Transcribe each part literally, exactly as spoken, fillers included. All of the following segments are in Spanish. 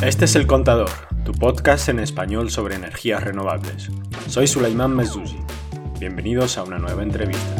Este es El Contador, tu podcast en español sobre energías renovables. Soy Sulaiman Mezzouzi. Bienvenidos a una nueva entrevista.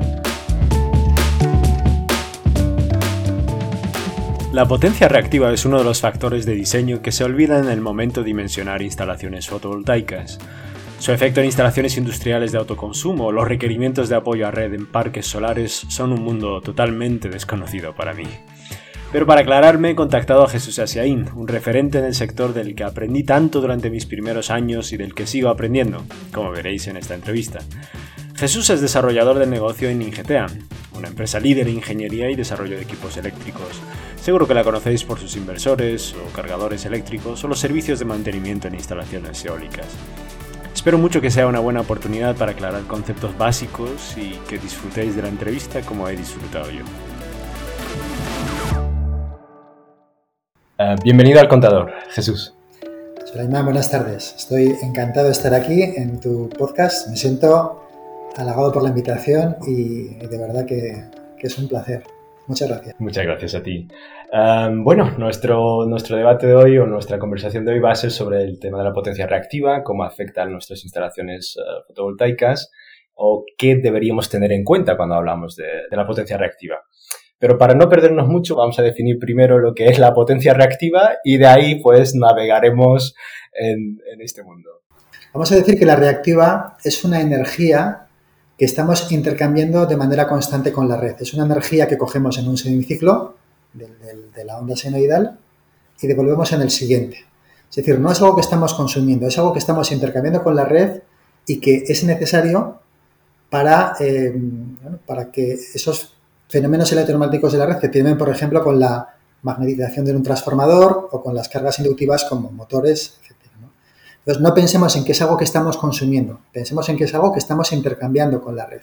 La potencia reactiva es uno de los factores de diseño que se olvida en el momento de dimensionar instalaciones fotovoltaicas. Su efecto en instalaciones industriales de autoconsumo o los requerimientos de apoyo a red en parques solares son un mundo totalmente desconocido para mí. Pero para aclararme he contactado a Jesús Asiaín, un referente en el sector del que aprendí tanto durante mis primeros años y del que sigo aprendiendo, como veréis en esta entrevista. Jesús es desarrollador del negocio en Ingeteam, una empresa líder en ingeniería y desarrollo de equipos eléctricos. Seguro que la conocéis por sus inversores o cargadores eléctricos o los servicios de mantenimiento en instalaciones eólicas. Espero mucho que sea una buena oportunidad para aclarar conceptos básicos y que disfrutéis de la entrevista como he disfrutado yo. Uh, bienvenido al Contador, Jesús. Sulaiman, buenas tardes. Estoy encantado de estar aquí en tu podcast. Me siento halagado por la invitación y, y de verdad que, que es un placer. Muchas gracias. Muchas gracias a ti. Um, bueno, nuestro, nuestro debate de hoy o nuestra conversación de hoy va a ser sobre el tema de la potencia reactiva, cómo afecta a nuestras instalaciones uh, fotovoltaicas o qué deberíamos tener en cuenta cuando hablamos de, de la potencia reactiva. Pero para no perdernos mucho, vamos a definir primero lo que es la potencia reactiva y de ahí pues navegaremos en, en este mundo. Vamos a decir que la reactiva es una energía que estamos intercambiando de manera constante con la red. Es una energía que cogemos en un semiciclo de, de, de la onda senoidal y devolvemos en el siguiente. Es decir, no es algo que estamos consumiendo, es algo que estamos intercambiando con la red y que es necesario para, eh, bueno, para que esos fenómenos electromagnéticos de la red que tienen, por ejemplo, con la magnetización de un transformador o con las cargas inductivas como motores, etcétera, ¿no? Entonces, no pensemos en que es algo que estamos consumiendo, pensemos en que es algo que estamos intercambiando con la red.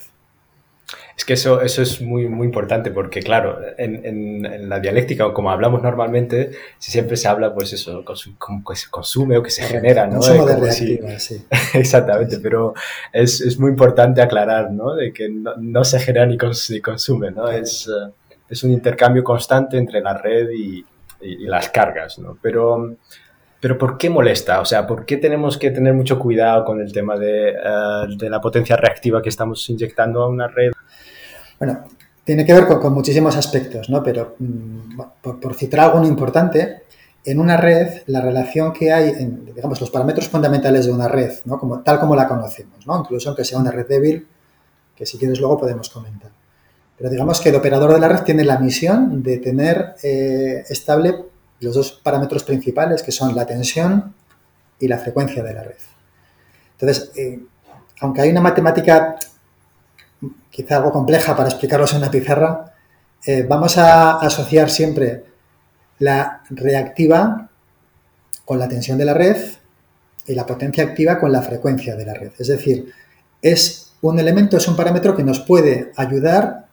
Es que eso, eso es muy, muy importante porque, claro, en, en, en la dialéctica o como hablamos normalmente, siempre se habla, pues eso, como que se consume o que se genera, ¿no? Consumo de reactiva, si... sí. Exactamente, sí. Pero es, es muy importante aclarar, ¿no? De que no, no se genera ni, cons, ni consume, ¿no? Claro. Es, uh, es un intercambio constante entre la red y, y, y las cargas, ¿no? Pero... Pero ¿por qué molesta? O sea, ¿por qué tenemos que tener mucho cuidado con el tema de, uh, de la potencia reactiva que estamos inyectando a una red? Bueno, tiene que ver con, con muchísimos aspectos, ¿no? Pero mmm, por, por citar algo importante, en una red la relación que hay, en, digamos, los parámetros fundamentales de una red, ¿no? Como, tal como la conocemos, ¿no? Incluso aunque sea una red débil, que si quieres luego podemos comentar. Pero digamos que el operador de la red tiene la misión de tener eh, estable los dos parámetros principales, que son la tensión y la frecuencia de la red. Entonces, eh, aunque hay una matemática quizá algo compleja para explicarlos en una pizarra, eh, vamos a asociar siempre la reactiva con la tensión de la red y la potencia activa con la frecuencia de la red. Es decir, es un elemento, es un parámetro que nos puede ayudar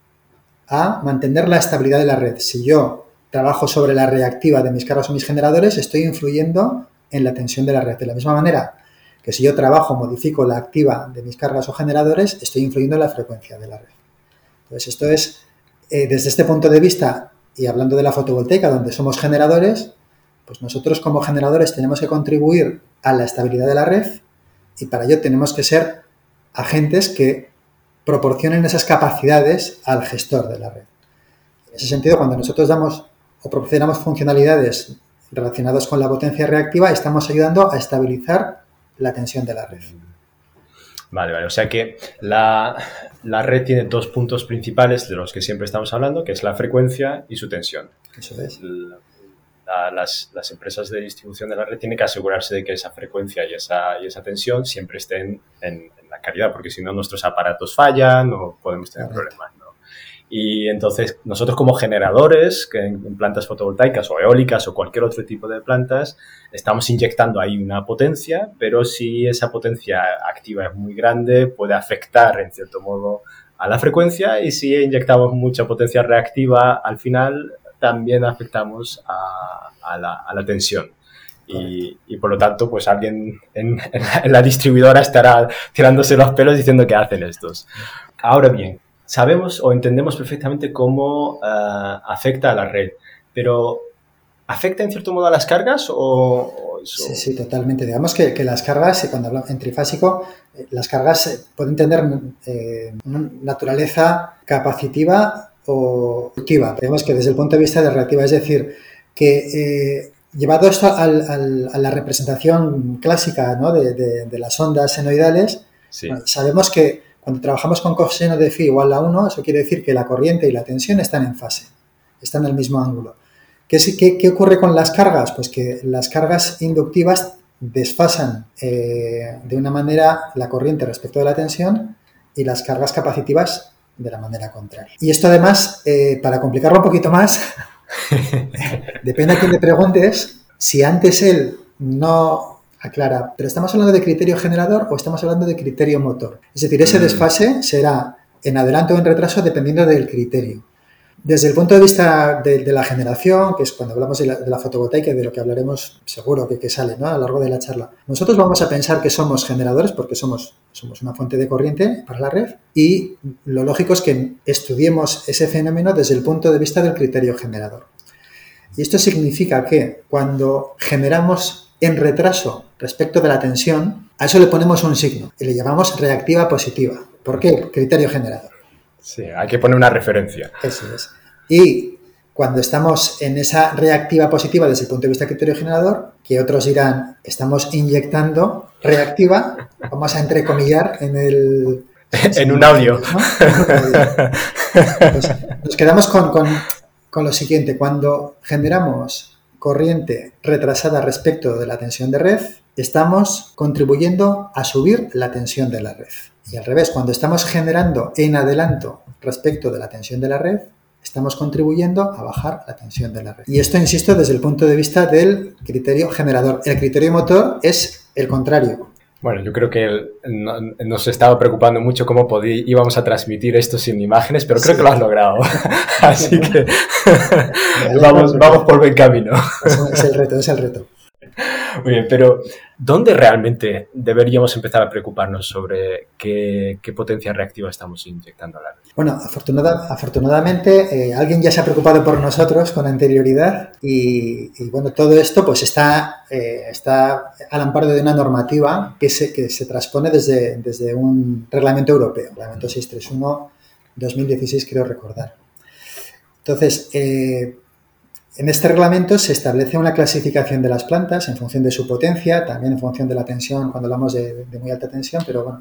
a mantener la estabilidad de la red. Si yo trabajo sobre la reactiva de mis cargas o mis generadores, estoy influyendo en la tensión de la red. De la misma manera que si yo trabajo, modifico la activa de mis cargas o generadores, estoy influyendo en la frecuencia de la red. Entonces, esto es, eh, desde este punto de vista, y hablando de la fotovoltaica, donde somos generadores, pues nosotros como generadores tenemos que contribuir a la estabilidad de la red y para ello tenemos que ser agentes que proporcionen esas capacidades al gestor de la red. En ese sentido, cuando nosotros damos o proporcionamos funcionalidades relacionadas con la potencia reactiva, estamos ayudando a estabilizar la tensión de la red. Vale, vale. O sea que la, la red tiene dos puntos principales de los que siempre estamos hablando, que es la frecuencia y su tensión. Eso es. La, la, las, las empresas de distribución de la red tienen que asegurarse de que esa frecuencia y esa, y esa tensión siempre estén en, en la calidad, porque si no nuestros aparatos fallan o podemos tener Correcto. problemas, ¿no? Y entonces nosotros como generadores que en plantas fotovoltaicas o eólicas o cualquier otro tipo de plantas estamos inyectando ahí una potencia, pero si esa potencia activa es muy grande puede afectar en cierto modo a la frecuencia y si inyectamos mucha potencia reactiva al final también afectamos a, a, la, a la tensión. Y, y por lo tanto pues alguien en, en, la, en la distribuidora estará tirándose los pelos diciendo que hacen estos. Ahora bien, sabemos o entendemos perfectamente cómo uh, afecta a la red, pero ¿Afecta en cierto modo a las cargas o...? Eso... Sí, sí, totalmente. Digamos que, que las cargas, cuando hablamos en trifásico, eh, las cargas pueden tener eh, una naturaleza capacitiva o activa. Digamos que desde el punto de vista de reactiva, es decir, que eh, llevado esto al, al, a la representación clásica, ¿no?, de, de, de las ondas senoidales, sí. Bueno, sabemos que cuando trabajamos con coseno de phi igual a uno, eso quiere decir que la corriente y la tensión están en fase, están en el mismo ángulo. ¿Qué, qué, qué ocurre con las cargas? Pues que las cargas inductivas desfasan eh, de una manera la corriente respecto de la tensión y las cargas capacitivas de la manera contraria. Y esto además, eh, para complicarlo un poquito más, depende a quién le preguntes, si antes él no aclara, pero ¿estamos hablando de criterio generador o estamos hablando de criterio motor? Es decir, ese desfase será en adelanto o en retraso dependiendo del criterio. Desde el punto de vista de, de la generación, que es cuando hablamos de la, de la fotovoltaica, de lo que hablaremos seguro que, que sale, ¿no?, a lo largo de la charla, nosotros vamos a pensar que somos generadores porque somos, somos una fuente de corriente para la red y lo lógico es que estudiemos ese fenómeno desde el punto de vista del criterio generador. Y esto significa que cuando generamos en retraso respecto de la tensión, a eso le ponemos un signo y le llamamos reactiva positiva. ¿Por qué? Criterio generador. Sí, hay que poner una referencia. Eso es. Y cuando estamos en esa reactiva positiva desde el punto de vista criterio generador, que otros dirán, estamos inyectando reactiva, vamos a entrecomillar en el... en un audio. ¿no? Pues nos quedamos con, con, con lo siguiente. Cuando generamos corriente retrasada respecto de la tensión de red, estamos contribuyendo a subir la tensión de la red. Y al revés, cuando estamos generando en adelanto respecto de la tensión de la red, estamos contribuyendo a bajar la tensión de la red. Y esto, insisto, desde el punto de vista del criterio generador. El criterio motor es el contrario. Bueno, yo creo que no, nos estaba preocupando mucho cómo podí, íbamos a transmitir esto sin imágenes, pero creo sí. que lo has logrado. Así que vamos, vamos por buen camino. Es el reto, es el reto. Muy bien, pero ¿dónde realmente deberíamos empezar a preocuparnos sobre qué, qué potencia reactiva estamos inyectando a la red? Bueno, afortunada, afortunadamente eh, alguien ya se ha preocupado por nosotros con anterioridad y, y bueno, todo esto pues está, eh, está al amparo de una normativa que se, que se transpone desde, desde un reglamento europeo, reglamento seiscientos treinta y uno dos mil dieciséis, creo recordar. Entonces, eh, en este reglamento se establece una clasificación de las plantas en función de su potencia, también en función de la tensión cuando hablamos de, de muy alta tensión, pero bueno,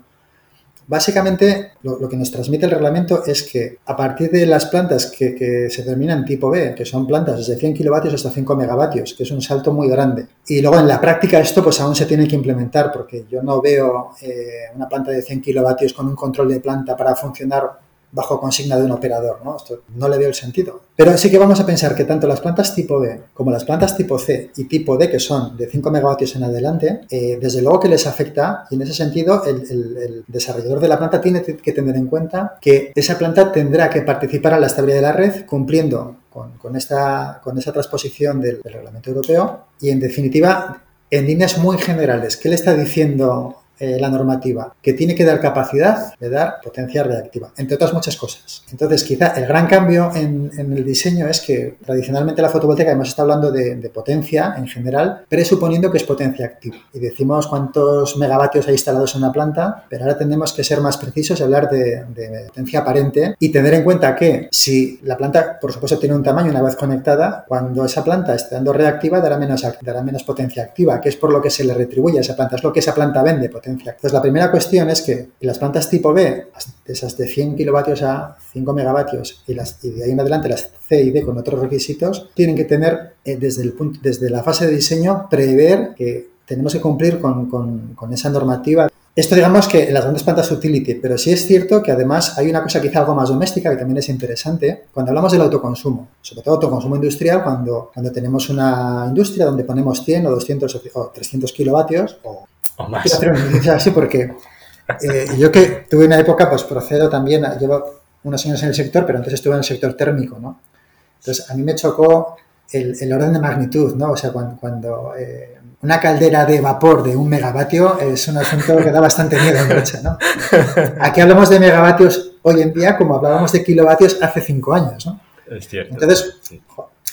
básicamente lo, lo que nos transmite el reglamento es que a partir de las plantas que, que se denominan tipo B, que son plantas desde cien kilovatios hasta cinco megavatios, que es un salto muy grande, y luego en la práctica esto pues aún se tiene que implementar porque yo no veo eh, una planta de cien kilovatios con un control de planta para funcionar bajo consigna de un operador, ¿no? Esto no le veo el sentido. Pero sí que vamos a pensar que tanto las plantas tipo B como las plantas tipo C y tipo D, que son de cinco megavatios en adelante, eh, desde luego que les afecta y en ese sentido el, el, el desarrollador de la planta tiene que tener en cuenta que esa planta tendrá que participar en la estabilidad de la red cumpliendo con, con, esta, con esa transposición del, del reglamento europeo y en definitiva, en líneas muy generales, ¿qué le está diciendo Eh, la normativa? Que tiene que dar capacidad de dar potencia reactiva, entre otras muchas cosas. Entonces, quizá el gran cambio en, en el diseño es que tradicionalmente la fotovoltaica hemos estado hablando de, de potencia en general, presuponiendo que es potencia activa. Y decimos cuántos megavatios hay instalados en una planta, pero ahora tenemos que ser más precisos y hablar de, de potencia aparente y tener en cuenta que si la planta, por supuesto, tiene un tamaño una vez conectada, cuando esa planta esté dando reactiva dará menos, dará menos potencia activa, que es por lo que se le retribuye a esa planta, es lo que esa planta vende, potencia. Entonces, la primera cuestión es que las plantas tipo B, esas de cien kilovatios a cinco megavatios y, las, y de ahí en adelante las C y D con otros requisitos, tienen que tener eh, desde, el punto, desde la fase de diseño prever que tenemos que cumplir con, con, con esa normativa. Esto digamos que en las grandes plantas utility, pero sí es cierto que además hay una cosa quizá algo más doméstica que también es interesante cuando hablamos del autoconsumo, sobre todo autoconsumo industrial, cuando, cuando tenemos una industria donde ponemos cien o doscientos o trescientos kilovatios o O más. Quiero hacer una noticia así porque eh, yo que tuve una época, pues procedo también, llevo unos años en el sector, pero antes estuve en el sector térmico, ¿no? Entonces, a mí me chocó el, el orden de magnitud, ¿no? O sea, cuando, cuando eh, una caldera de vapor de un megavatio es un asunto que da bastante miedo en noche, ¿no? Aquí hablamos de megavatios hoy en día como hablábamos de kilovatios hace cinco años, ¿no? Es cierto. Entonces, sí.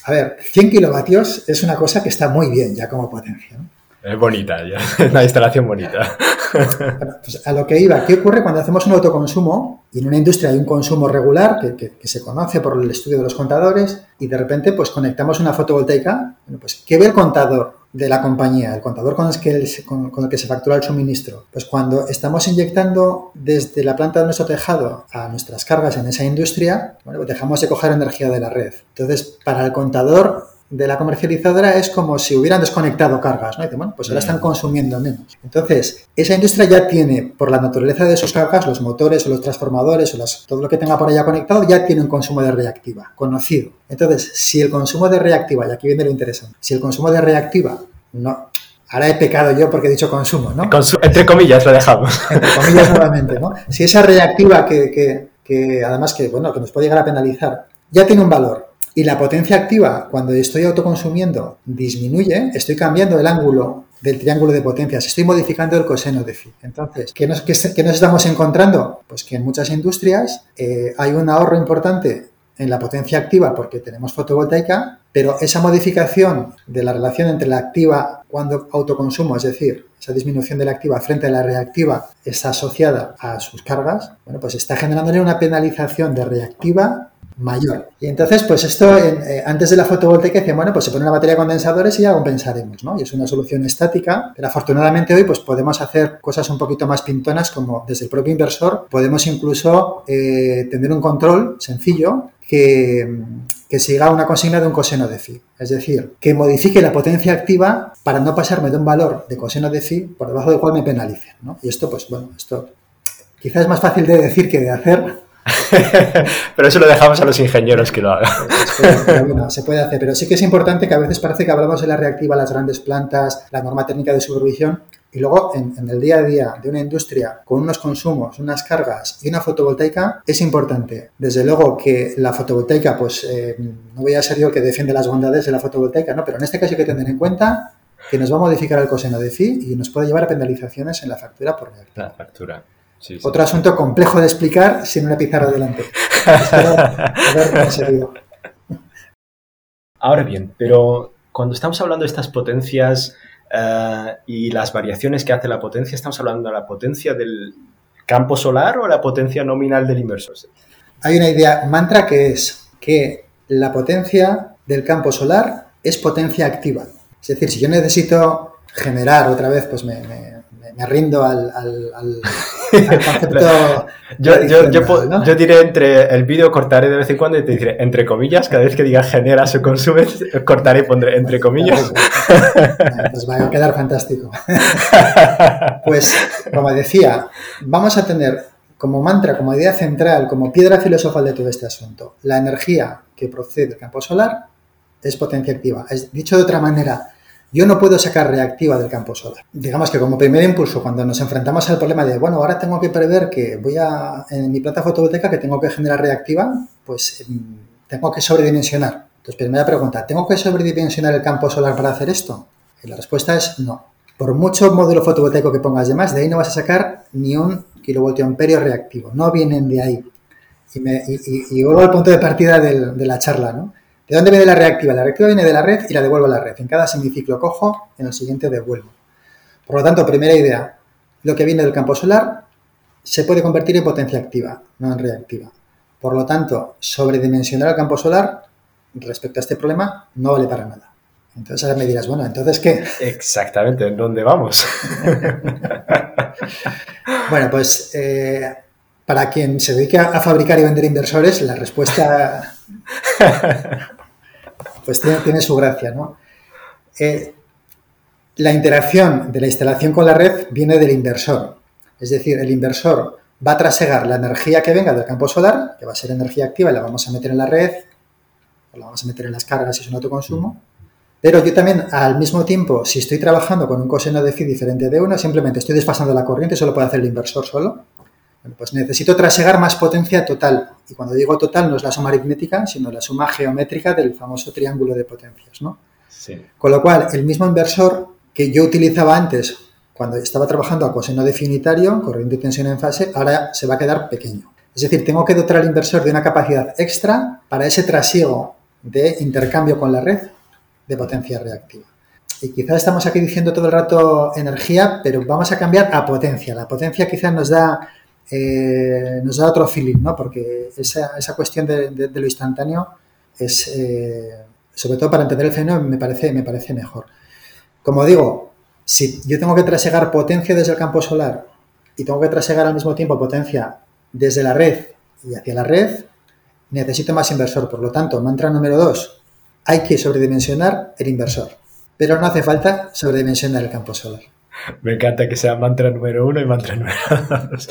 A ver, cien kilovatios es una cosa que está muy bien ya como potencia, ¿no? Es bonita, ya. Es una instalación bonita. Bueno, pues a lo que iba, ¿qué ocurre cuando hacemos un autoconsumo y en una industria hay un consumo regular que, que, que se conoce por el estudio de los contadores y de repente pues conectamos una fotovoltaica? Bueno, pues ¿qué ve el contador de la compañía, el contador con el, que el, con, con el que se factura el suministro? Pues cuando estamos inyectando desde la planta de nuestro tejado a nuestras cargas en esa industria, bueno, pues dejamos de coger energía de la red. Entonces, para el contador de la comercializadora es como si hubieran desconectado cargas, ¿no? Y dicen, bueno, pues ahora están consumiendo menos. Entonces, esa industria ya tiene, por la naturaleza de sus cargas, los motores o los transformadores o las, todo lo que tenga por allá conectado, ya tiene un consumo de reactiva, conocido. Entonces, si el consumo de reactiva, y aquí viene lo interesante, si el consumo de reactiva, no, ahora he pecado yo porque he dicho consumo, ¿no? Consu- entre comillas lo dejamos. Entre comillas nuevamente, ¿no? Si esa reactiva que, que, que además que, bueno, que nos puede llegar a penalizar, ya tiene un valor, y la potencia activa, cuando estoy autoconsumiendo, disminuye, estoy cambiando el ángulo del triángulo de potencias, estoy modificando el coseno de phi. Entonces, ¿qué nos, qué, qué nos estamos encontrando? Pues que en muchas industrias eh, hay un ahorro importante en la potencia activa porque tenemos fotovoltaica, pero esa modificación de la relación entre la activa cuando autoconsumo, es decir, esa disminución de la activa frente a la reactiva está asociada a sus cargas, bueno, pues está generándole una penalización de reactiva mayor. Y entonces, pues esto, eh, antes de la fotovoltaica, decían, bueno, pues se pone una batería de condensadores y ya compensaremos, ¿no? Y es una solución estática, pero afortunadamente hoy pues podemos hacer cosas un poquito más pintonas, como desde el propio inversor podemos incluso eh, tener un control sencillo que, que siga una consigna de un coseno de phi. Es decir, que modifique la potencia activa para no pasarme de un valor de coseno de phi por debajo del cual me penalicen, ¿no? Y esto, pues bueno, esto quizás es más fácil de decir que de hacer. Pero eso lo dejamos a los ingenieros que lo hagan. Pero bueno, se puede hacer, pero sí que es importante que a veces parece que hablamos de la reactiva, las grandes plantas, la norma técnica de supervisión, y luego en, en el día a día de una industria con unos consumos, unas cargas y una fotovoltaica, es importante. Desde luego que la fotovoltaica, pues eh, no voy a ser yo el que defiende las bondades de la fotovoltaica, ¿no? Pero en este caso hay que tener en cuenta que nos va a modificar el coseno de phi y nos puede llevar a penalizaciones en la factura por reactiva. La factura. Sí, sí. Otro asunto complejo de explicar sin una pizarra delante. Espero haber conseguido. Ahora bien, pero cuando estamos hablando de estas potencias uh, y las variaciones que hace la potencia, ¿estamos hablando de la potencia del campo solar o la potencia nominal del inversor? Hay una idea mantra que es que la potencia del campo solar es potencia activa. Es decir, si yo necesito generar otra vez, pues me... me me rindo al, al, al, al concepto. yo, yo, yo, ¿no? Yo diré entre el vídeo, cortaré de vez en cuando y te diré entre comillas, cada vez que diga generas o consumes, cortaré y pondré entre comillas. Pues va a quedar fantástico. Pues, como decía, vamos a tener como mantra, como idea central, como piedra filosofal de todo este asunto, la energía que procede del campo solar es potencia activa. Es, dicho de otra manera, yo no puedo sacar reactiva del campo solar. Digamos que como primer impulso, cuando nos enfrentamos al problema de, bueno, ahora tengo que prever que voy a, en mi planta fotovoltaica que tengo que generar reactiva, pues tengo que sobredimensionar. Entonces, primera pregunta, ¿tengo que sobredimensionar el campo solar para hacer esto? Y la respuesta es no. Por mucho módulo fotovoltaico que pongas de más, de ahí no vas a sacar ni un kilovoltio amperio reactivo. No vienen de ahí. Y, me, y, y, y vuelvo al punto de partida del, de la charla, ¿no? ¿De dónde viene la reactiva? La reactiva viene de la red y la devuelvo a la red. En cada semiciclo cojo, en el siguiente devuelvo. Por lo tanto, primera idea, lo que viene del campo solar se puede convertir en potencia activa, no en reactiva. Por lo tanto, sobredimensionar el campo solar respecto a este problema no vale para nada. Entonces ahora me dirás, bueno, ¿entonces qué? Exactamente, ¿en dónde vamos? Bueno, pues eh, para quien se dedique a fabricar y vender inversores, la respuesta pues tiene, tiene su gracia, ¿no? Eh, la interacción de la instalación con la red viene del inversor. Es decir, el inversor va a trasegar la energía que venga del campo solar, que va a ser energía activa y la vamos a meter en la red, o la vamos a meter en las cargas si es un autoconsumo. Pero yo también, al mismo tiempo, si estoy trabajando con un coseno de phi diferente de uno, simplemente estoy desfasando la corriente, eso lo puede hacer el inversor solo. Bueno, pues necesito trasegar más potencia total. Y cuando digo total no es la suma aritmética, sino la suma geométrica del famoso triángulo de potencias, ¿no? Sí. Con lo cual, el mismo inversor que yo utilizaba antes cuando estaba trabajando a coseno definitario, corriente y tensión en fase, ahora se va a quedar pequeño. Es decir, tengo que dotar al inversor de una capacidad extra para ese trasiego de intercambio con la red de potencia reactiva. Y quizás estamos aquí diciendo todo el rato energía, pero vamos a cambiar a potencia. La potencia quizás nos da, eh, nos da otro feeling, ¿no? Porque esa, esa cuestión de, de, de lo instantáneo es, eh, sobre todo para entender el fenómeno, me parece, me parece mejor. Como digo, si yo tengo que trasegar potencia desde el campo solar y tengo que trasegar al mismo tiempo potencia desde la red y hacia la red, necesito más inversor. Por lo tanto, mantra número dos, hay que sobredimensionar el inversor. Pero no hace falta sobredimensionar el campo solar. Me encanta que sea mantra número uno y mantra número dos.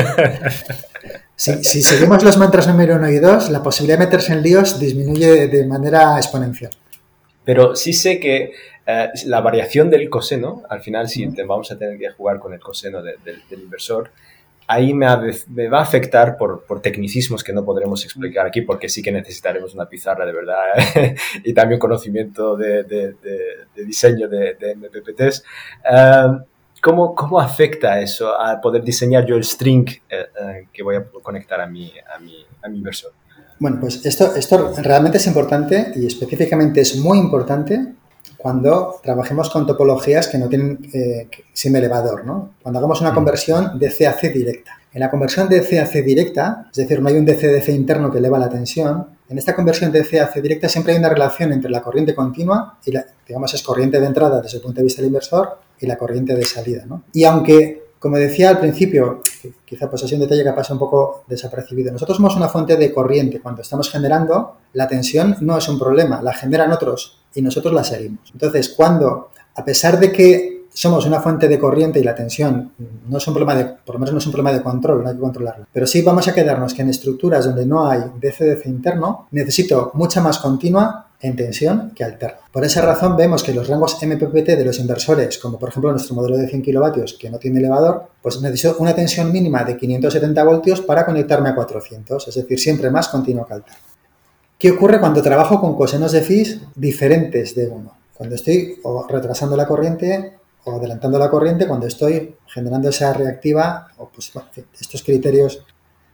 Si, si seguimos los mantras número uno y dos, la posibilidad de meterse en líos disminuye de manera exponencial. Pero sí sé que eh, la variación del coseno, al final sí te, vamos a tener que jugar con el coseno de, de, del inversor, ahí me, ha, me va a afectar por, por tecnicismos que no podremos explicar aquí, porque sí que necesitaremos una pizarra de verdad ¿eh? Y también conocimiento de, de, de, de diseño de, de M P P Ts. Uh, ¿cómo, ¿Cómo afecta eso a poder diseñar yo el string eh, eh, que voy a conectar a mi, a mi, a mi inversor? Bueno, pues esto, esto realmente es importante y específicamente es muy importante cuando trabajemos con topologías que no tienen eh, sin elevador, ¿no? Cuando hagamos una conversión de C a C directa. En la conversión de C a C directa, es decir, no hay un D C D C interno que eleva la tensión, en esta conversión de C a C directa siempre hay una relación entre la corriente continua y la, digamos, es corriente de entrada desde el punto de vista del inversor y la corriente de salida, ¿no? Y aunque, como decía al principio, quizá pues así un detalle que pasa un poco desapercibido, nosotros somos una fuente de corriente. Cuando estamos generando, la tensión no es un problema, la generan otros y nosotros la seguimos. Entonces, cuando, a pesar de que somos una fuente de corriente y la tensión no es un problema de, por lo menos no es un problema de control, no hay que controlarla, pero sí vamos a quedarnos que en estructuras donde no hay D C D C interno, necesito mucha más continua en tensión que alterna. Por esa razón vemos que los rangos M P P T de los inversores, como por ejemplo nuestro modelo de cien kilovatios que no tiene elevador, pues necesito una tensión mínima de quinientos setenta voltios para conectarme a cuatrocientos, es decir, siempre más continuo que alterna. ¿Qué ocurre cuando trabajo con cosenos de Fish diferentes de uno? Cuando estoy o retrasando la corriente o adelantando la corriente, cuando estoy generando esa reactiva, o pues, bueno, estos criterios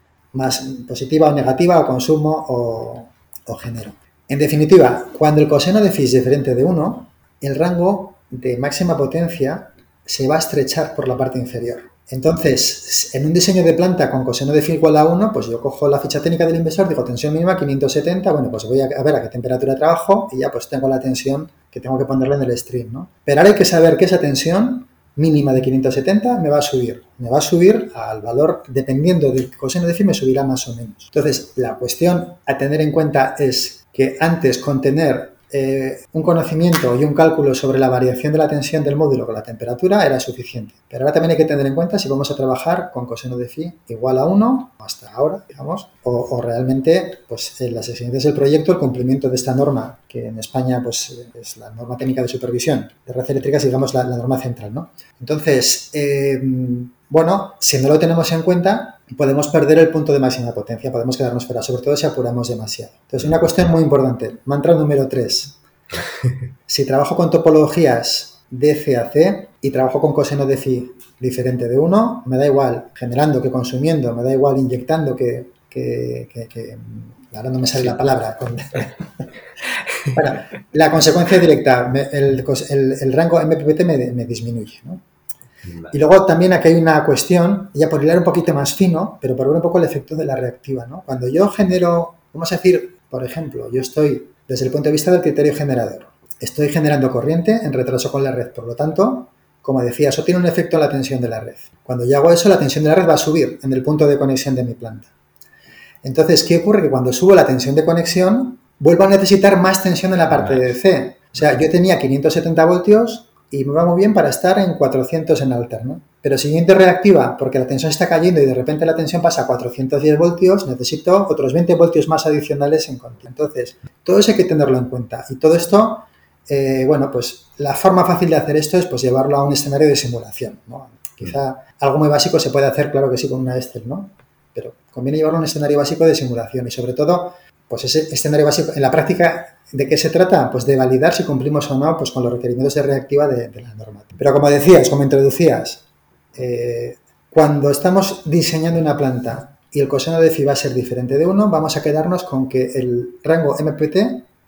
más positiva o negativa, o consumo o, o genero. En definitiva, cuando el coseno de Fish es diferente de uno, el rango de máxima potencia se va a estrechar por la parte inferior. Entonces, en un diseño de planta con coseno de Fish igual a uno, pues yo cojo la ficha técnica del inversor, digo tensión mínima quinientos setenta, bueno, pues voy a ver a qué temperatura trabajo y ya pues tengo la tensión que tengo que ponerle en el stream, ¿no? Pero ahora hay que saber que esa tensión mínima de quinientos setenta me va a subir. Me va a subir al valor, dependiendo del coseno de Fish, me subirá más o menos. Entonces, la cuestión a tener en cuenta es que antes con tener eh, un conocimiento y un cálculo sobre la variación de la tensión del módulo con la temperatura era suficiente. Pero ahora también hay que tener en cuenta si vamos a trabajar con coseno de Fish igual a uno, hasta ahora, digamos, o, o realmente, pues en las exigencias del proyecto, el cumplimiento de esta norma, que en España pues es la norma técnica de supervisión de redes eléctricas, digamos, la, la norma central, ¿no? Entonces, eh, bueno, si no lo tenemos en cuenta, podemos perder el punto de máxima potencia, podemos quedarnos fuera, sobre todo si apuramos demasiado. Entonces, una cuestión muy importante, mantra número tres. Si trabajo con topologías de C a C y trabajo con coseno de Fish diferente de uno, me da igual generando que consumiendo, me da igual inyectando que... que, que, que ahora no me sale sí. la palabra. Bueno, la consecuencia directa, el, el, el rango M P P T me, me disminuye, ¿no? Vale. Y luego también aquí hay una cuestión, ya por hilar un poquito más fino, pero por ver un poco el efecto de la reactiva, ¿no? Cuando yo genero, vamos a decir, por ejemplo, yo estoy, desde el punto de vista del criterio generador, estoy generando corriente en retraso con la red, por lo tanto, como decía, eso tiene un efecto en la tensión de la red. Cuando yo hago eso, la tensión de la red va a subir en el punto de conexión de mi planta. Entonces, ¿qué ocurre? Que cuando subo la tensión de conexión, vuelvo a necesitar más tensión en la parte de C. O sea, yo tenía quinientos setenta voltios y me va muy bien para estar en cuatrocientos en alter, ¿no? Pero siguiente reactiva, porque la tensión está cayendo y de repente la tensión pasa a cuatrocientos diez voltios, necesito otros veinte voltios más adicionales en continua. Entonces, todo eso hay que tenerlo en cuenta. Y todo esto, eh, bueno, pues la forma fácil de hacer esto es pues llevarlo a un escenario de simulación, ¿no? Quizá algo muy básico se puede hacer, claro que sí, con una Excel, ¿no? Pero conviene llevarlo a un escenario básico de simulación y sobre todo, pues ese escenario básico, en la práctica, ¿de qué se trata? Pues de validar si cumplimos o no pues con los requerimientos de reactiva de, de la norma. Pero como decías, como introducías, eh, cuando estamos diseñando una planta y el coseno de Fish va a ser diferente de uno, vamos a quedarnos con que el rango M P T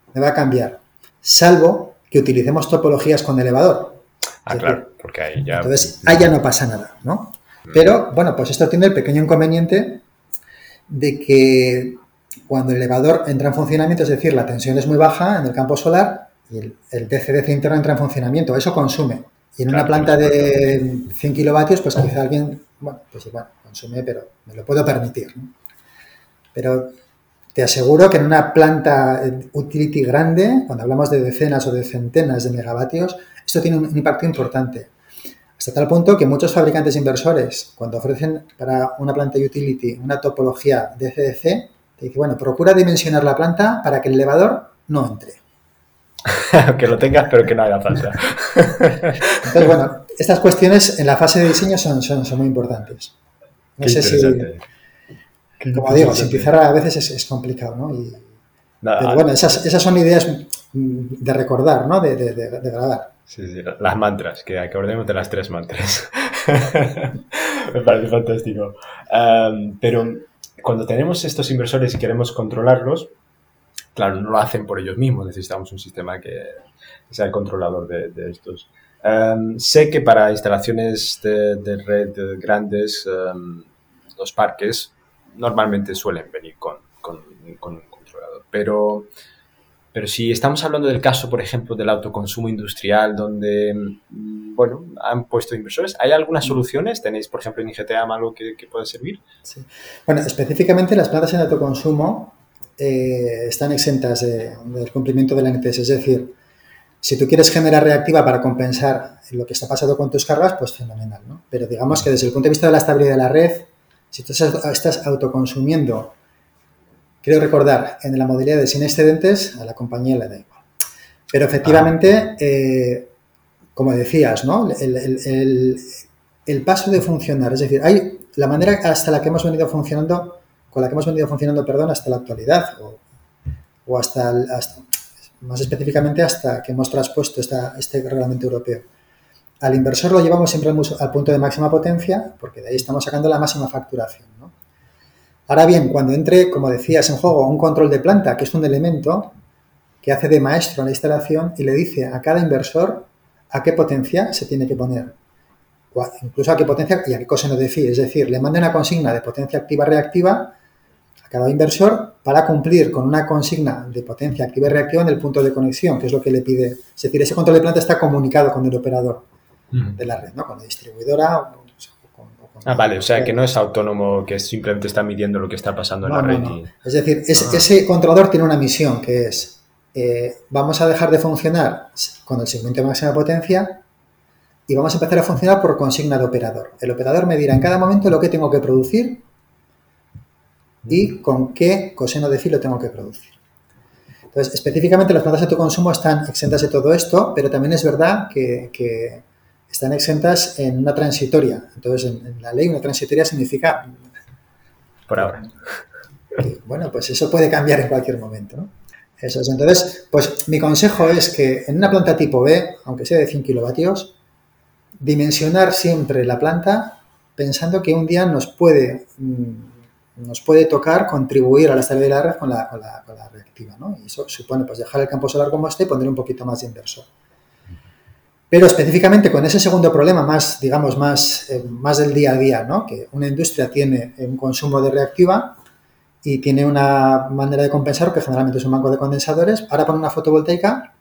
me va a cambiar, salvo que utilicemos topologías con elevador. Ah, es claro, decir, porque ahí ya... Entonces, ahí ya no pasa nada, ¿no? Pero, bueno, pues esto tiene el pequeño inconveniente de que cuando el elevador entra en funcionamiento, es decir, la tensión es muy baja en el campo solar y el, el D C D C interno entra en funcionamiento, eso consume. Y en Claro, una planta de cien kilovatios, pues quizá alguien, bueno, pues igual, consume, pero me lo puedo permitir, ¿no? Pero te aseguro que en una planta utility grande, cuando hablamos de decenas o de centenas de megavatios, esto tiene un impacto importante. Hasta tal punto que muchos fabricantes inversores, cuando ofrecen para una planta utility una topología D C D C, te dicen, bueno, procura dimensionar la planta para que el elevador no entre. Que lo tengas, pero que no haga falta. Entonces, bueno, estas cuestiones en la fase de diseño son, son, son muy importantes. No Qué sé si, Qué como digo, interesante. sin pizarra a veces es, es complicado, ¿no? Y, Nada, pero bueno, esas, esas son ideas de recordar, ¿no? De, de, de, de grabar. Sí, sí, las mantras, que acordemos de las tres mantras. Me parece fantástico. Um, pero cuando tenemos estos inversores y queremos controlarlos, claro, no lo hacen por ellos mismos, necesitamos un sistema que sea el controlador de, de estos. Um, sé que para instalaciones de, de red grandes, um, los parques normalmente suelen venir con, con, con un controlador, pero... Pero si estamos hablando del caso, por ejemplo, del autoconsumo industrial, donde, bueno, han puesto inversores, ¿hay algunas soluciones? ¿Tenéis, por ejemplo, en I G T A M algo que, que pueda servir? Sí. Bueno, específicamente las plantas en autoconsumo eh, están exentas de, del cumplimiento de la N T S. Es decir, si tú quieres generar reactiva para compensar lo que está pasando con tus cargas, pues fenomenal, ¿no? Pero digamos que desde el punto de vista de la estabilidad de la red, si tú estás autoconsumiendo, creo recordar, en la modalidad de sin excedentes, a la compañía le da igual. Pero efectivamente, eh, como decías, ¿no? El, el, el, el paso de funcionar, es decir, hay la manera hasta la que hemos venido funcionando, con la que hemos venido funcionando, perdón, hasta la actualidad, o, o hasta, hasta, más específicamente, hasta que hemos traspuesto esta, este reglamento europeo. Al inversor lo llevamos siempre al, al punto de máxima potencia, porque de ahí estamos sacando la máxima facturación, ¿no? Ahora bien, cuando entre, como decías, en juego un control de planta, que es un elemento que hace de maestro en la instalación y le dice a cada inversor a qué potencia se tiene que poner, o a, incluso a qué potencia y a qué coseno de phi, es decir, le manda una consigna de potencia activa-reactiva a cada inversor para cumplir con una consigna de potencia activa y reactiva en el punto de conexión, que es lo que le pide. Es decir, ese control de planta está comunicado con el operador uh-huh. de la red, ¿no? Con la distribuidora. Ah, vale, o sea que no es autónomo, que simplemente está midiendo lo que está pasando en no, la red. No, no. Y... Es decir, es, ah. ese controlador tiene una misión que es, eh, vamos a dejar de funcionar con el segmento de máxima potencia y vamos a empezar a funcionar por consigna de operador. El operador me dirá en cada momento lo que tengo que producir y con qué coseno de phi lo tengo que producir. Entonces, específicamente las plantas de autoconsumo están exentas de todo esto, pero también es verdad que... que están exentas en una transitoria. Entonces, en, en la ley, una transitoria significa... Por ahora. Que, bueno, pues eso puede cambiar en cualquier momento, ¿no? Eso es. Entonces, pues mi consejo es que en una planta tipo B, aunque sea de cien kilovatios, dimensionar siempre la planta pensando que un día nos puede, nos puede tocar contribuir a la estabilidad de la red con la, con la, con la reactiva, ¿no? Y eso supone pues dejar el campo solar como esté y poner un poquito más de inversor. Pero específicamente con ese segundo problema más, digamos, más, eh, más del día a día, ¿no? Que una industria tiene un consumo de reactiva y tiene una manera de compensar, que generalmente es un banco de condensadores. Ahora pone una fotovoltaica,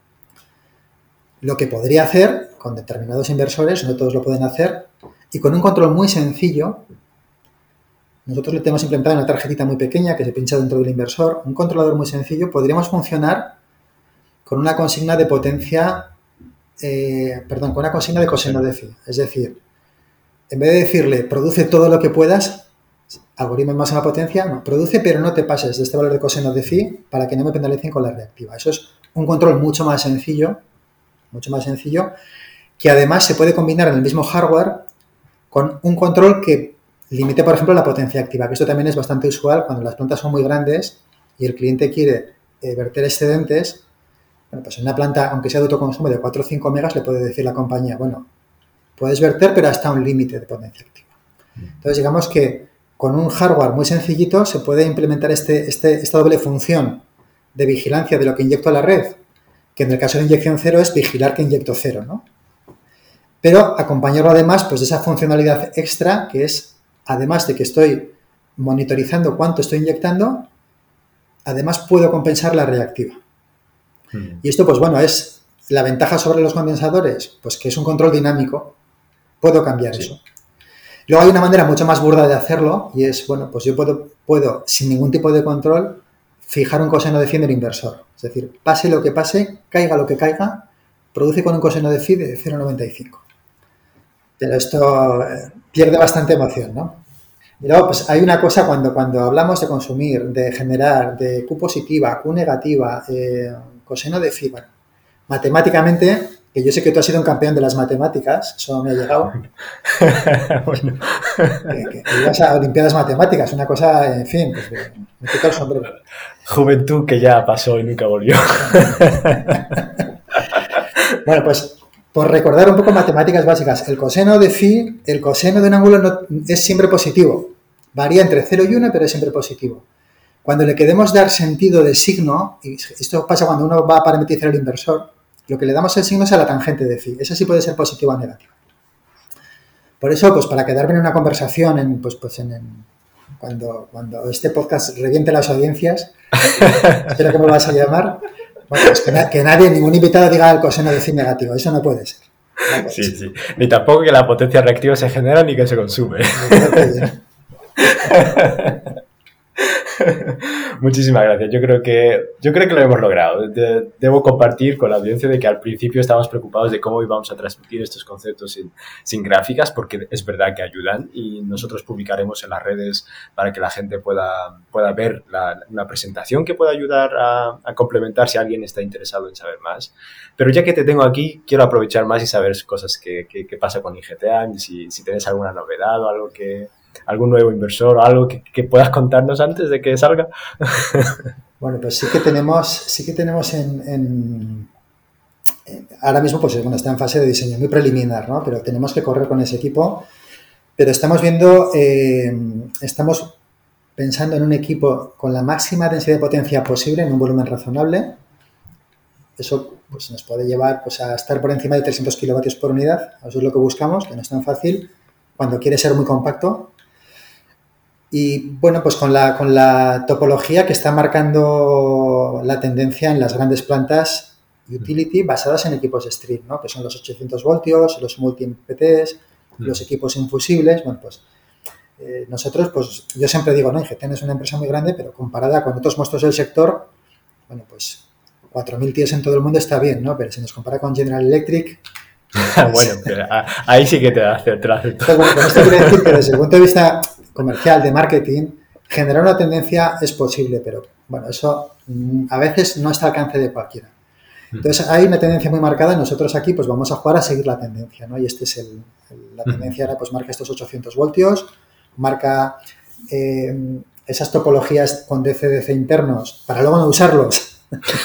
lo que podría hacer con determinados inversores, no todos lo pueden hacer, y con un control muy sencillo. Nosotros le tenemos implementado una tarjetita muy pequeña que se pincha dentro del inversor. Un controlador muy sencillo. Podríamos funcionar con una consigna de potencia... Eh, perdón, con una consigna de coseno de phi. Es decir, en vez de decirle produce todo lo que puedas, algoritmo de máxima potencia, no, produce pero no te pases de este valor de coseno de phi para que no me penalicen con la reactiva. Eso es un control mucho más sencillo, mucho más sencillo, que además se puede combinar en el mismo hardware con un control que limite, por ejemplo, la potencia activa, que esto también es bastante usual cuando las plantas son muy grandes y el cliente quiere eh, verter excedentes. Bueno, pues en una planta, aunque sea de autoconsumo de cuatro o cinco megas, le puede decir la compañía, bueno, puedes verter, pero hasta un límite de potencia activa. Entonces, digamos que con un hardware muy sencillito se puede implementar este, este, esta doble función de vigilancia de lo que inyecto a la red, que en el caso de inyección cero es vigilar que inyecto cero, ¿no? Pero acompañarlo además pues, de esa funcionalidad extra que es, además de que estoy monitorizando cuánto estoy inyectando, además puedo compensar la reactiva. Mm. Y esto, pues bueno, es la ventaja sobre los condensadores, pues que es un control dinámico. Puedo cambiar sí. eso. Luego hay una manera mucho más burda de hacerlo y es, bueno, pues yo puedo, puedo sin ningún tipo de control, fijar un coseno de phi en el inversor. Es decir, pase lo que pase, caiga lo que caiga, produce con un coseno de phi de cero coma noventa y cinco. Pero esto eh, pierde bastante emoción, ¿no? Y luego, pues hay una cosa cuando, cuando hablamos de consumir, de generar, de Q positiva, Q negativa, eh, coseno de phi, bueno, matemáticamente, que yo sé que tú has sido un campeón de las matemáticas, eso me ha llegado, bueno. que, que, que ibas a Olimpiadas Matemáticas, una cosa, en fin, pues me quito el sombrero. Juventud que ya pasó y nunca volvió. Bueno, pues por recordar un poco matemáticas básicas, el coseno de phi, el coseno de un ángulo no, es siempre positivo. Varía entre cero y uno, pero es siempre positivo. Cuando le queremos dar sentido de signo, y esto pasa cuando uno va a parametrizar el inversor, lo que le damos el signo es a la tangente de phi. Esa sí puede ser positiva o negativa. Por eso, pues para quedar bien en una conversación, en, pues, pues en, en, cuando, cuando este podcast reviente las audiencias, espero que me vas a llamar, bueno, pues que, na, que nadie, ningún invitado diga el coseno de phi negativo. Eso no puede ser. No puede sí, ser. sí. Ni tampoco que la potencia reactiva se genera ni que se consume. Muchísimas gracias. Yo creo que yo creo que lo hemos logrado. De, debo compartir con la audiencia de que al principio estábamos preocupados de cómo íbamos a transmitir estos conceptos sin, sin gráficas, porque es verdad que ayudan y nosotros publicaremos en las redes para que la gente pueda, pueda ver la, una presentación que pueda ayudar a, a complementar si alguien está interesado en saber más. Pero ya que te tengo aquí, quiero aprovechar más y saber cosas que, que, que pasa con I G T A, si, si tienes alguna novedad o algo que... algún nuevo inversor o algo que, que puedas contarnos antes de que salga. Bueno, pues sí que tenemos, sí que tenemos en, en, en ahora mismo, pues bueno, está en fase de diseño muy preliminar, ¿no? Pero tenemos que correr con ese equipo. Pero estamos viendo, eh, estamos pensando en un equipo con la máxima densidad de potencia posible en un volumen razonable. Eso pues nos puede llevar pues, a estar por encima de trescientos kilovatios por unidad. Eso es lo que buscamos, que no es tan fácil cuando quiere ser muy compacto. Y bueno, pues con la, con la topología que está marcando la tendencia en las grandes plantas utility basadas en equipos de stream, ¿no? Que son los ochocientos voltios, los multi-M P Ts, mm. los equipos infusibles. Bueno, pues eh, nosotros, pues yo siempre digo, ¿no? I G T es una empresa muy grande, pero comparada con otros monstruos del sector, bueno, pues cuatro mil tíos en todo el mundo está bien, ¿no? Pero si nos compara con General Electric... bueno, pero ahí sí que te da te lo acepto. Entonces, bueno, con esto quiero decir que desde el punto de vista comercial, de marketing, generar una tendencia es posible, pero bueno, eso a veces no está al alcance de cualquiera. Entonces hay una tendencia muy marcada y nosotros aquí pues vamos a jugar a seguir la tendencia, ¿no? Y este es el, el la tendencia ahora pues marca estos ochocientos voltios, marca eh, esas topologías con D C D C internos para luego no usarlos.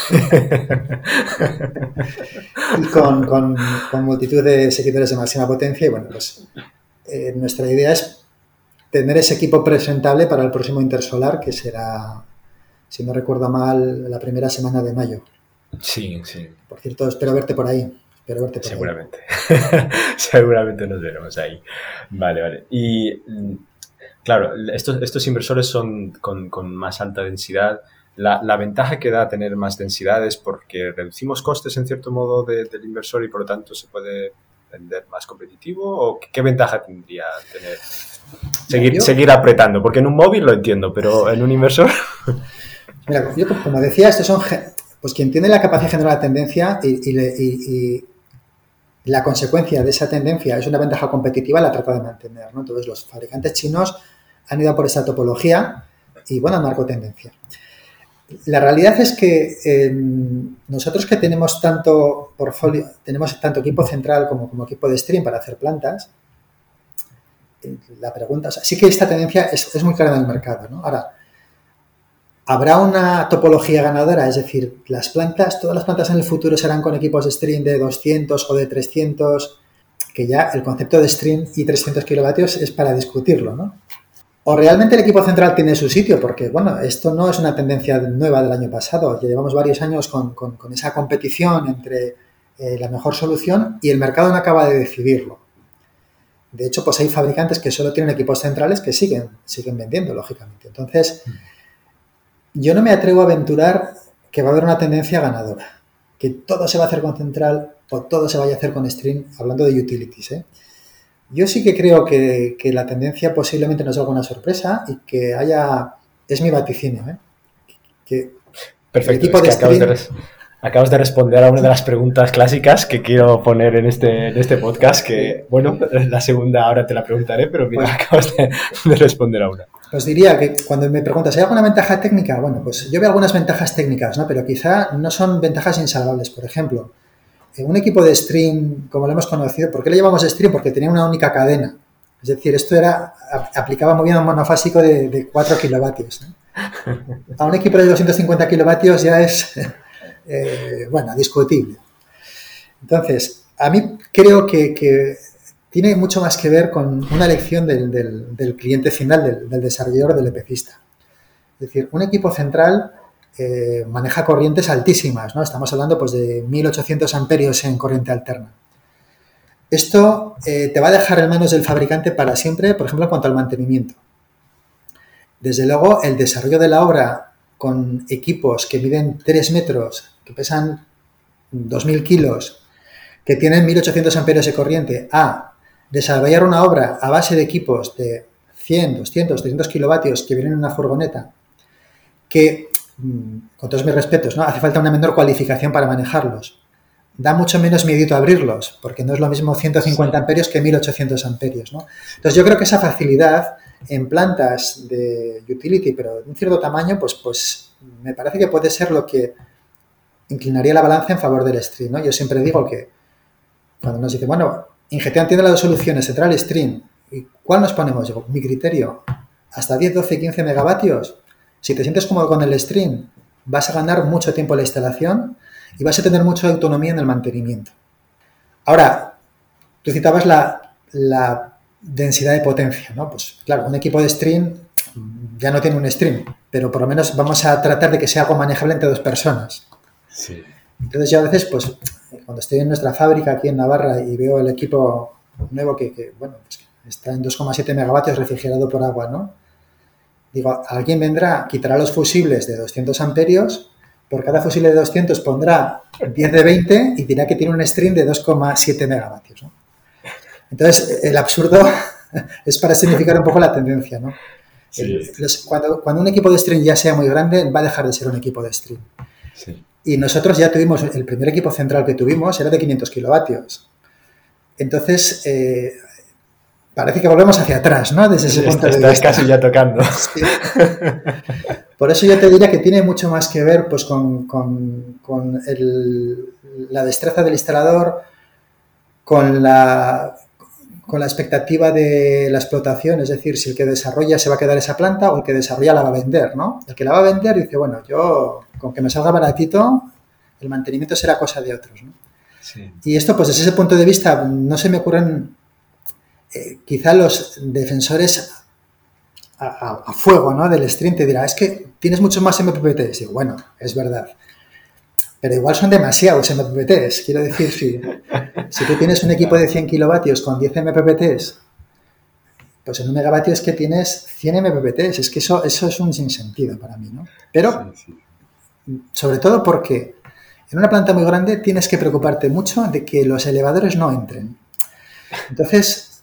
y con, con, con multitud de seguidores de máxima potencia y bueno, pues eh, nuestra idea es tener ese equipo presentable para el próximo Intersolar, que será, si no recuerdo mal, la primera semana de mayo. Sí, sí. Por cierto, espero verte por ahí. Espero verte por Seguramente. Ahí. Seguramente nos veremos ahí. Vale, vale. Y, claro, estos, estos inversores son con, con más alta densidad. La, la ventaja que da tener más densidad es porque reducimos costes, en cierto modo, de, del inversor y, por lo tanto, se puede vender más competitivo. ¿O qué, qué ventaja tendría tener? Seguir, seguir apretando, porque en un móvil lo entiendo, pero en un inversor... Mira, yo como decía, estos son pues quien tiene la capacidad de generar la tendencia y, y, y, y la consecuencia de esa tendencia es una ventaja competitiva, la trata de mantener, ¿no? Entonces los fabricantes chinos han ido por esa topología y bueno, marco tendencia. La realidad es que eh, nosotros que tenemos tanto portfolio, tenemos tanto equipo central como, como equipo de stream para hacer plantas, la pregunta, o sea, sí que esta tendencia es, es muy clara en el mercado, ¿no? Ahora, ¿habrá una topología ganadora? Es decir, las plantas, todas las plantas en el futuro serán con equipos de stream de doscientos o de trescientos, que ya el concepto de stream y trescientos kilovatios es para discutirlo, ¿no? O realmente el equipo central tiene su sitio, porque, bueno, esto no es una tendencia nueva del año pasado. Ya llevamos varios años con, con, con esa competición entre eh, la mejor solución y el mercado no acaba de decidirlo. De hecho, pues hay fabricantes que solo tienen equipos centrales que siguen, siguen vendiendo, lógicamente. Entonces, yo no me atrevo a aventurar que va a haber una tendencia ganadora, que todo se va a hacer con central o todo se vaya a hacer con stream, hablando de utilities, ¿eh? Yo sí que creo que, que la tendencia posiblemente nos haga una sorpresa y que haya, es mi vaticinio, ¿eh? Que Perfecto, el equipo es que de acabas de, stream, res- acabas de responder a una de las preguntas clásicas que quiero poner en este, en este podcast, que, bueno, la segunda ahora te la preguntaré, pero mira, pues, acabas de, de responder a una. pues diría que cuando me preguntas, ¿hay alguna ventaja técnica? Bueno, pues yo veo algunas ventajas técnicas, ¿no? Pero quizá no son ventajas insalvables. Por ejemplo, en un equipo de stream, como lo hemos conocido, ¿por qué le llamamos stream? Porque tenía una única cadena. Es decir, esto era aplicaba muy bien a un monofásico de, de cuatro kilovatios, ¿no? A un equipo de doscientos cincuenta kilovatios ya es, eh, bueno, discutible. Entonces, a mí creo que, que tiene mucho más que ver con una elección del, del, del cliente final, del, del desarrollador, del EPCista. Es decir, un equipo central eh, maneja corrientes altísimas, ¿no? Estamos hablando pues, de mil ochocientos amperios en corriente alterna. Esto eh, te va a dejar en manos del fabricante para siempre, por ejemplo, en cuanto al mantenimiento. Desde luego, el desarrollo de la obra con equipos que miden tres metros, que pesan dos mil kilos, que tienen mil ochocientos amperios de corriente, a desarrollar una obra a base de equipos de cien, doscientos, trescientos kilovatios que vienen en una furgoneta, que, con todos mis respetos, ¿no? Hace falta una menor cualificación para manejarlos. Da mucho menos miedito abrirlos, porque no es lo mismo ciento cincuenta amperios que mil ochocientos amperios, ¿no? Entonces yo creo que esa facilidad en plantas de utility, pero de un cierto tamaño, pues, pues me parece que puede ser lo que inclinaría la balanza en favor del stream, ¿no? Yo siempre digo que cuando nos dice, bueno, Ingeteam tiene las dos soluciones, central y stream, ¿y cuál nos ponemos? Digo, mi criterio, hasta diez, doce, quince megavatios. Si te sientes cómodo con el stream, vas a ganar mucho tiempo en la instalación y vas a tener mucha autonomía en el mantenimiento. Ahora, tú citabas la, la densidad de potencia, ¿no? Pues claro, un equipo de stream ya no tiene un stream, pero por lo menos vamos a tratar de que sea algo manejable entre dos personas. Sí. Entonces yo a veces, pues, cuando estoy en nuestra fábrica aquí en Navarra y veo el equipo nuevo que, que bueno, pues, está en dos coma siete megavatios refrigerado por agua, ¿no? Digo, alguien vendrá, quitará los fusibles de doscientos amperios, por cada fusible de doscientos pondrá diez de veinte y dirá que tiene un stream de dos coma siete megavatios, ¿no? Entonces, el absurdo es para significar un poco la tendencia, ¿no? Sí. El, los, cuando, cuando un equipo de stream ya sea muy grande, va a dejar de ser un equipo de stream. Sí. Y nosotros ya tuvimos, el primer equipo central que tuvimos era de quinientos kilovatios. Entonces, eh, parece que volvemos hacia atrás, ¿no? Desde ese punto de vista. Estás casi ya tocando. Sí. Por eso yo te diría que tiene mucho más que ver pues, con, con, con el, la destreza del instalador, con la, con la expectativa de la explotación, es decir, si el que desarrolla se va a quedar esa planta o el que desarrolla la va a vender, ¿no? El que la va a vender dice, bueno, yo con que me salga baratito, el mantenimiento será cosa de otros, ¿no? Sí. Y esto, pues desde ese punto de vista, no se me ocurren eh, quizá los defensores a, a, a fuego, ¿no? Del stream te dirá, es que tienes muchos más M P P Ts. Digo, bueno, es verdad. Pero igual son demasiados M P P Ts. Quiero decir, si, si tú tienes un equipo de cien kilovatios con diez M P P Ts, pues en un megavatio es que tienes cien M P P Ts. Es que eso, eso es un sinsentido para mí, ¿no? Pero, sí, sí. Sobre todo porque en una planta muy grande tienes que preocuparte mucho de que los elevadores no entren. Entonces,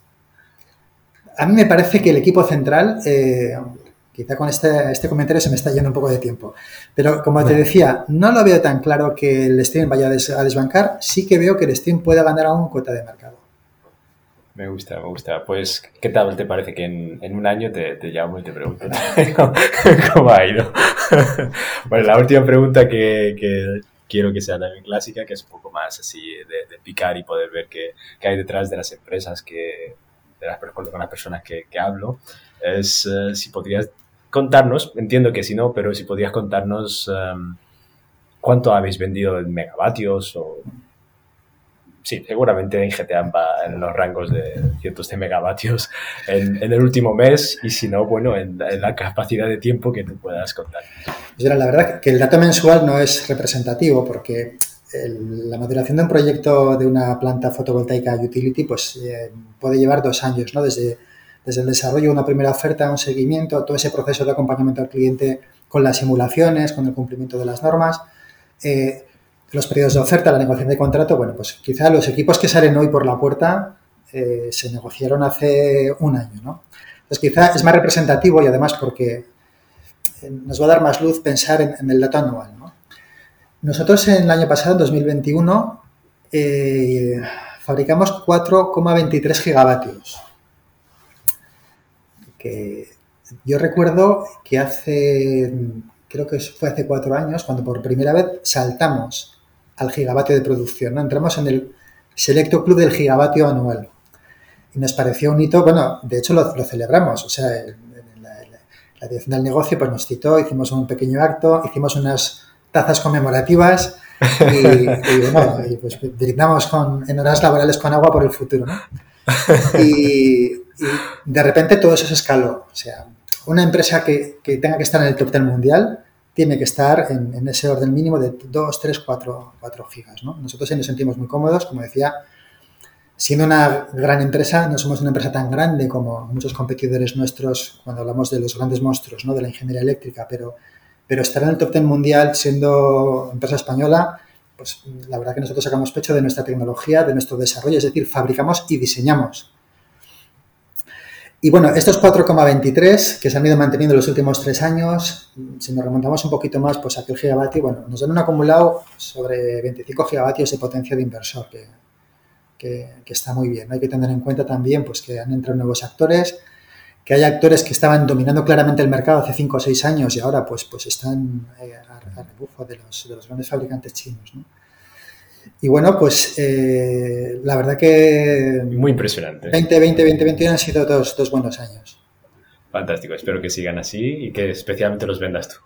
a mí me parece que el equipo central, eh, quizá con este, este comentario se me está yendo un poco de tiempo, pero como te decía, no lo veo tan claro que el stream vaya a, des, a desbancar, sí que veo que el stream puede ganar aún cuota de mercado. Me gusta, me gusta. Pues, ¿qué tal te parece que en, en un año te, te llamo y te pregunto cómo ha ido? Bueno, la última pregunta que, que quiero que sea también clásica, que es un poco más así de, de picar y poder ver qué, qué hay detrás de las empresas, que, de las, con las personas que, que hablo, es uh, si podrías contarnos, entiendo que si no, pero si podrías contarnos um, cuánto habéis vendido en megavatios o... sí, seguramente en G T A va en los rangos de cientos de megavatios en, en el último mes y si no, bueno, en, en la capacidad de tiempo que tú puedas contar. Pues la verdad que el dato mensual no es representativo porque el, la maduración de un proyecto de una planta fotovoltaica utility pues eh, puede llevar dos años, ¿no? Desde, desde el desarrollo de una primera oferta, un seguimiento, todo ese proceso de acompañamiento al cliente con las simulaciones, con el cumplimiento de las normas, eh, los periodos de oferta, la negociación de contrato. Bueno, pues quizá los equipos que salen hoy por la puerta eh, se negociaron hace un año, ¿no? Entonces quizá es más representativo y además porque nos va a dar más luz pensar en, en el dato anual, ¿no? Nosotros en el año pasado, en dos mil veintiuno, eh, fabricamos cuatro coma veintitrés gigavatios. Que yo recuerdo que hace, creo que fue hace cuatro años, cuando por primera vez saltamos al gigavatio de producción, ¿no? Entramos en el selecto club del gigavatio anual. Y nos pareció un hito, bueno, de hecho lo, lo celebramos, o sea, el, la dirección del negocio pues nos citó, hicimos un pequeño acto, hicimos unas tazas conmemorativas y, y bueno, y pues brindamos con, en horas laborales con agua por el futuro, ¿no? Y, y de repente todo eso se escaló. O sea, una empresa que, que tenga que estar en el top diez mundial tiene que estar en, en ese orden mínimo de dos, tres, cuatro gigas, ¿no? Nosotros sí nos sentimos muy cómodos, como decía. Siendo una gran empresa, no somos una empresa tan grande como muchos competidores nuestros cuando hablamos de los grandes monstruos, ¿no? De la ingeniería eléctrica, pero, pero estar en el top diez mundial siendo empresa española, pues la verdad que nosotros sacamos pecho de nuestra tecnología, de nuestro desarrollo, es decir, fabricamos y diseñamos. Y bueno, estos cuatro coma veintitrés que se han ido manteniendo los últimos tres años, si nos remontamos un poquito más, pues aquel gigavatio, bueno, nos dan un acumulado sobre veinticinco gigavatios de potencia de inversor, que Que, que está muy bien. Hay que tener en cuenta también pues, que han entrado nuevos actores, que hay actores que estaban dominando claramente el mercado hace cinco o seis años y ahora pues, pues están eh, a, a rebufo de los, de los grandes fabricantes chinos, ¿no? Y bueno, pues eh, la verdad que... Muy impresionante. veinte veinte, veinte veintiuno han sido dos, dos buenos años. Fantástico, espero que sigan así y que especialmente los vendas tú.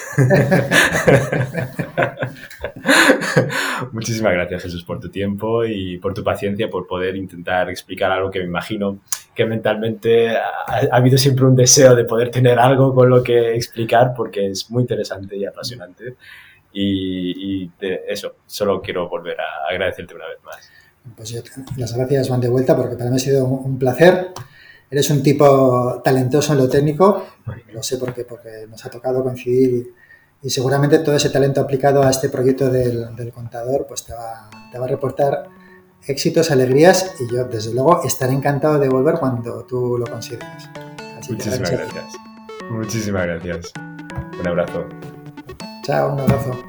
Muchísimas gracias, Jesús, por tu tiempo y por tu paciencia, por poder intentar explicar algo que me imagino que mentalmente ha, ha habido siempre un deseo de poder tener algo con lo que explicar porque es muy interesante y apasionante. Y, y de eso, solo quiero volver a agradecerte una vez más. Pues yo, las gracias van de vuelta porque para mí ha sido un placer. Eres un tipo talentoso en lo técnico, lo sé porque, porque nos ha tocado coincidir y, y seguramente todo ese talento aplicado a este proyecto del, del contador pues te va, te va a reportar éxitos, alegrías y yo desde luego estaré encantado de volver cuando tú lo consideres. Así Muchísimas gracias. gracias. Muchísimas gracias. Un abrazo. Chao, un abrazo.